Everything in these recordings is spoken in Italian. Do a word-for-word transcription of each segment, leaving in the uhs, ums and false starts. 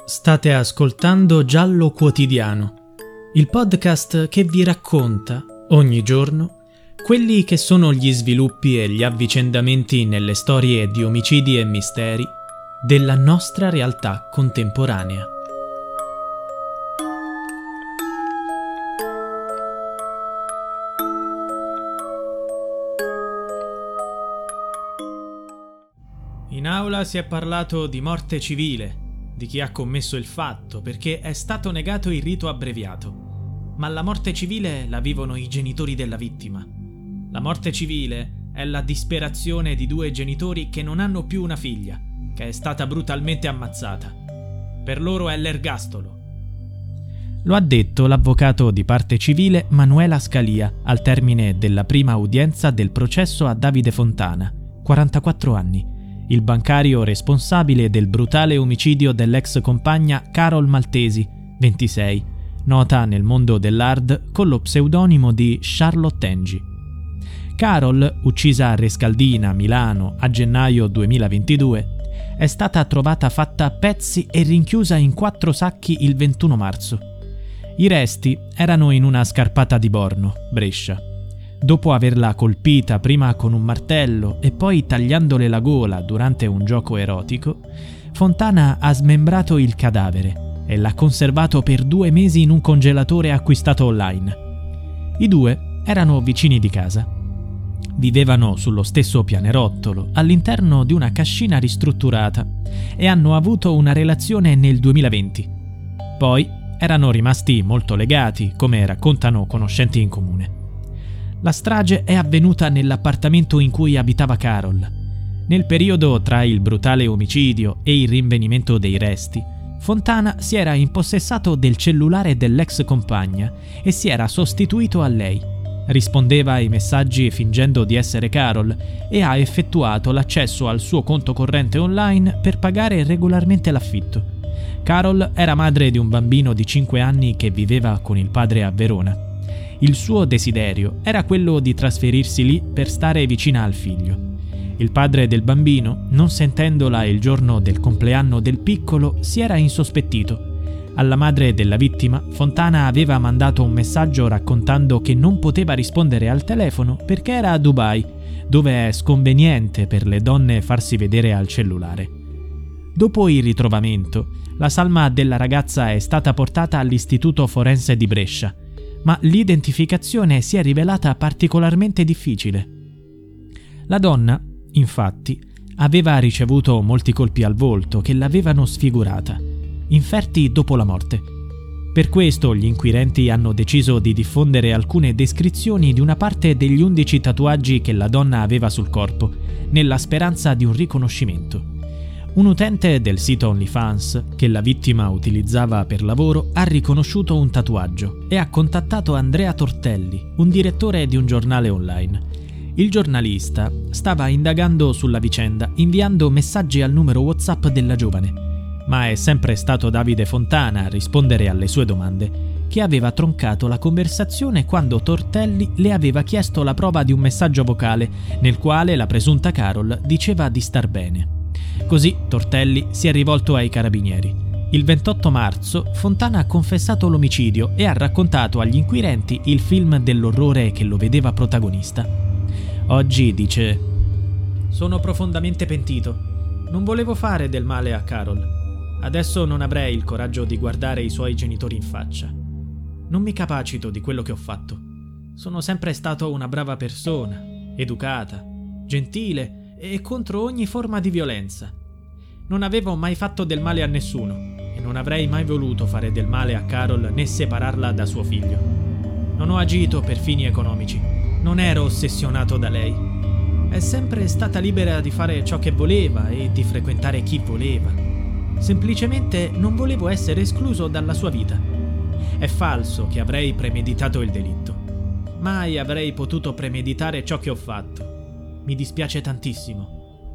State ascoltando Giallo Quotidiano, il podcast che vi racconta, ogni giorno, quelli che sono gli sviluppi e gli avvicendamenti nelle storie di omicidi e misteri della nostra realtà contemporanea. In aula si è parlato di morte civile, di chi ha commesso il fatto, perché è stato negato il rito abbreviato. Ma la morte civile la vivono i genitori della vittima. La morte civile è la disperazione di due genitori che non hanno più una figlia, che è stata brutalmente ammazzata. Per loro è l'ergastolo. Lo ha detto l'avvocato di parte civile Manuela Scalia al termine della prima udienza del processo a Davide Fontana, quarantaquattro anni, il bancario responsabile del brutale omicidio dell'ex compagna Carol Maltesi, ventisei, nota nel mondo dell'hard con lo pseudonimo di Charlotte Angie. Carol, uccisa a Rescaldina, Milano, a gennaio duemilaventidue, è stata trovata fatta a pezzi e rinchiusa in quattro sacchi il ventuno marzo. I resti erano in una scarpata di Borno, Brescia. Dopo averla colpita prima con un martello e poi tagliandole la gola durante un gioco erotico, Fontana ha smembrato il cadavere e l'ha conservato per due mesi in un congelatore acquistato online. I due erano vicini di casa. Vivevano sullo stesso pianerottolo, all'interno di una cascina ristrutturata, e hanno avuto una relazione nel duemilaventi. Poi erano rimasti molto legati, come raccontano conoscenti in comune. La strage è avvenuta nell'appartamento in cui abitava Carol. Nel periodo tra il brutale omicidio e il rinvenimento dei resti, Fontana si era impossessato del cellulare dell'ex compagna e si era sostituito a lei. Rispondeva ai messaggi fingendo di essere Carol e ha effettuato l'accesso al suo conto corrente online per pagare regolarmente l'affitto. Carol era madre di un bambino di cinque anni che viveva con il padre a Verona. Il suo desiderio era quello di trasferirsi lì per stare vicina al figlio. Il padre del bambino, non sentendola il giorno del compleanno del piccolo, si era insospettito. Alla madre della vittima, Fontana aveva mandato un messaggio raccontando che non poteva rispondere al telefono perché era a Dubai, dove è sconveniente per le donne farsi vedere al cellulare. Dopo il ritrovamento, la salma della ragazza è stata portata all'Istituto Forense di Brescia, ma l'identificazione si è rivelata particolarmente difficile. La donna, infatti, aveva ricevuto molti colpi al volto che l'avevano sfigurata, inferti dopo la morte. Per questo gli inquirenti hanno deciso di diffondere alcune descrizioni di una parte degli undici tatuaggi che la donna aveva sul corpo, nella speranza di un riconoscimento. Un utente del sito OnlyFans, che la vittima utilizzava per lavoro, ha riconosciuto un tatuaggio e ha contattato Andrea Tortelli, un direttore di un giornale online. Il giornalista stava indagando sulla vicenda inviando messaggi al numero WhatsApp della giovane, ma è sempre stato Davide Fontana a rispondere alle sue domande, che aveva troncato la conversazione quando Tortelli le aveva chiesto la prova di un messaggio vocale nel quale la presunta Carol diceva di star bene. Così Tortelli si è rivolto ai carabinieri. Il ventotto marzo Fontana ha confessato l'omicidio e ha raccontato agli inquirenti il film dell'orrore che lo vedeva protagonista. Oggi dice: «Sono profondamente pentito. Non volevo fare del male a Carol. Adesso non avrei il coraggio di guardare i suoi genitori in faccia. Non mi capacito di quello che ho fatto. Sono sempre stato una brava persona, educata, gentile e contro ogni forma di violenza. Non avevo mai fatto del male a nessuno e non avrei mai voluto fare del male a Carol né separarla da suo figlio. Non ho agito per fini economici, non ero ossessionato da lei. È sempre stata libera di fare ciò che voleva e di frequentare chi voleva. Semplicemente non volevo essere escluso dalla sua vita. È falso che avrei premeditato il delitto. Mai avrei potuto premeditare ciò che ho fatto. Mi dispiace tantissimo».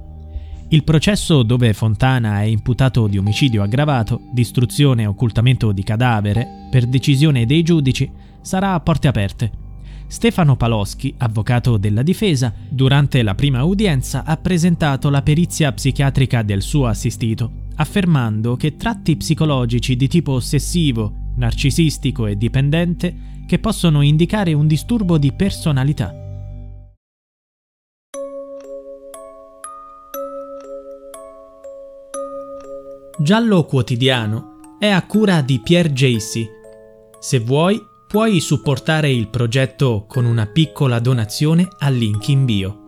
Il processo, dove Fontana è imputato di omicidio aggravato, distruzione e occultamento di cadavere, per decisione dei giudici, sarà a porte aperte. Stefano Paloschi, avvocato della difesa, durante la prima udienza ha presentato la perizia psichiatrica del suo assistito affermando che tratti psicologici di tipo ossessivo, narcisistico e dipendente che possono indicare un disturbo di personalità. Giallo Quotidiano è a cura di Pierre Jacy. Se vuoi, puoi supportare il progetto con una piccola donazione al link in bio.